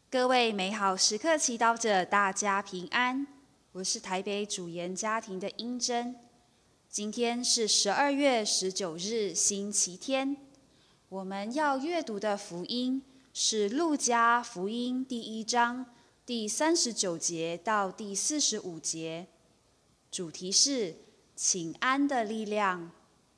各位美好时刻祈祷者，大家平安。我是台北主研家庭的英珍。今天是12月19日，星期天。我们要阅读的福音是路加福音第1章第39节到第45节，主题是请安的力量。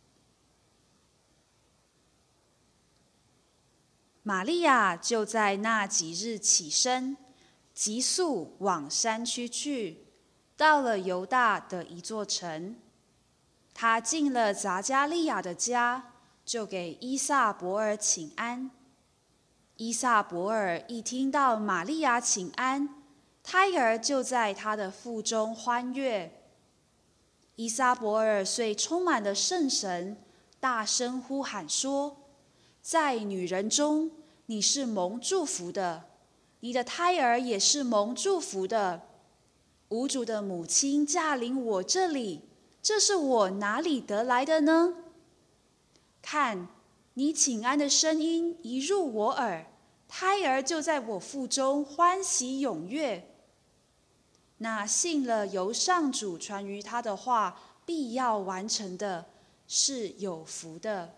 玛利亚就在那几日起身，急速往山区去，到了犹大的一座城。她进了匝加利亚的家，就给依撒伯尔请安。依撒伯尔一听到玛利亚请安，胎儿就在她的腹中欢悦。依撒伯尔遂充满了圣神，大声呼喊说：在女人中，你是蒙祝福的，你的胎儿也是蒙祝福的。无主的母亲驾临我这里，这是我哪里得来的呢？看，你请安的声音一入我耳，胎儿就在我腹中欢喜踊跃。那信了由上主传于他的话必要完成的，是有福的。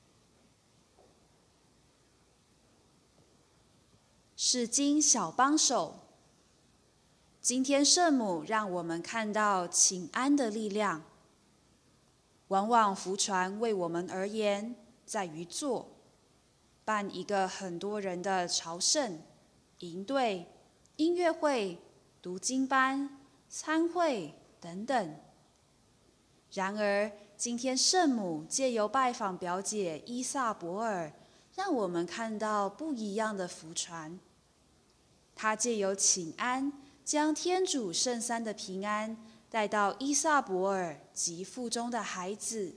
释经小帮手，今天圣母让我们看到请安的力量。往往福传为我们而言，在于做，办一个很多人的朝圣、营队、音乐会、读经班、参会等等。然而，今天圣母借由拜访表姐依撒伯尔，让我们看到不一样的福传。他借由请安，将天主圣三的平安带到依撒伯尔及腹中的孩子。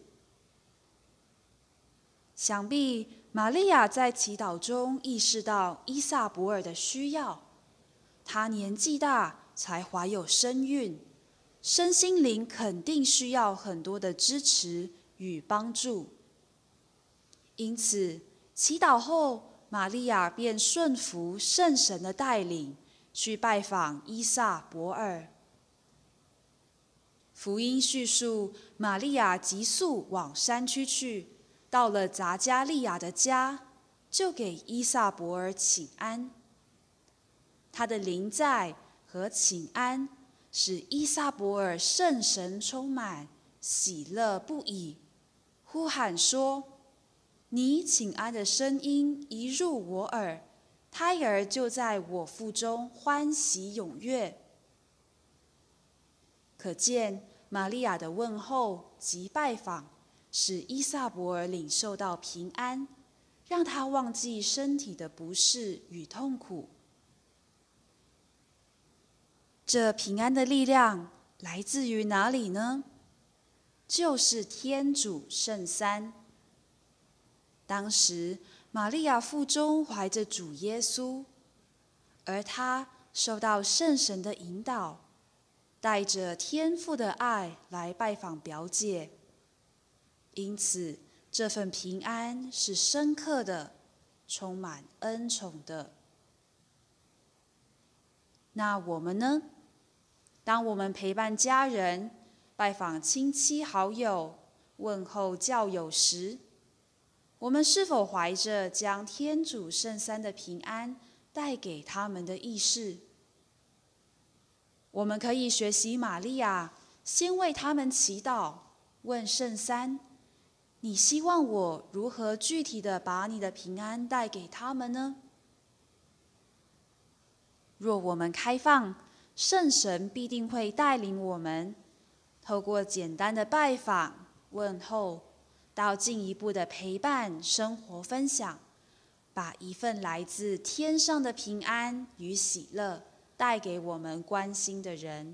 想必玛利亚在祈祷中意识到依撒伯尔的需要。她年纪大，才怀有身孕，身心灵肯定需要很多的支持与帮助。因此，祈祷后，玛利亚便顺服圣神的带领，去拜访依撒伯尔。福音叙述，玛利亚急速往山区去，到了匝加利亚的家，就给依撒伯尔请安。他的临在和请安，使依撒伯尔圣神充满，喜乐不已，呼喊说：你请安的声音一入我耳，胎儿就在我腹中欢喜踊跃。可见玛利亚的问候及拜访，使依撒伯尔领受到平安，让他忘记身体的不适与痛苦。这平安的力量来自于哪里呢？就是天主圣三。当时，玛利亚腹中怀着主耶稣，而她受到圣神的引导，带着天父的爱来拜访表姐。因此，这份平安是深刻的，充满恩宠的。那我们呢？当我们陪伴家人、拜访亲戚好友、问候教友时，我们是否怀着将天主圣三的平安带给他们的意识？我们可以学习玛利亚，先为他们祈祷，问圣三：你希望我如何具体的把你的平安带给他们呢？若我们开放，圣神必定会带领我们，透过简单的拜访、问候，到进一步的陪伴、生活分享，把一份来自天上的平安与喜乐带给我们关心的人。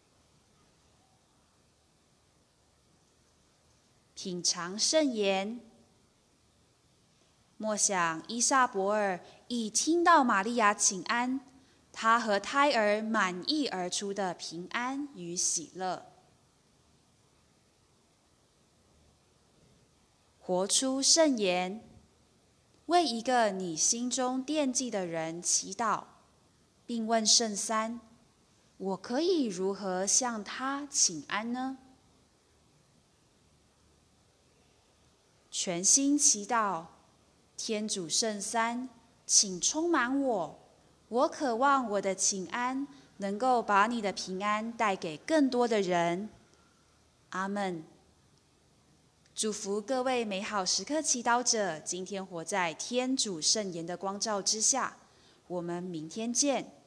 品尝圣言，默想依撒伯尔一听到玛利亚请安，他和胎儿满溢而出的平安与喜乐。活出圣言，为一个你心中惦记的人祈祷， 并问圣三：我可以如何向他请安呢？全心祈祷，天主圣三，请充满我，我渴望我的请安能够把你的平安带给更多的人。阿们。祝福各位美好时刻祈祷者，今天活在天主圣言的光照之下。我们明天见。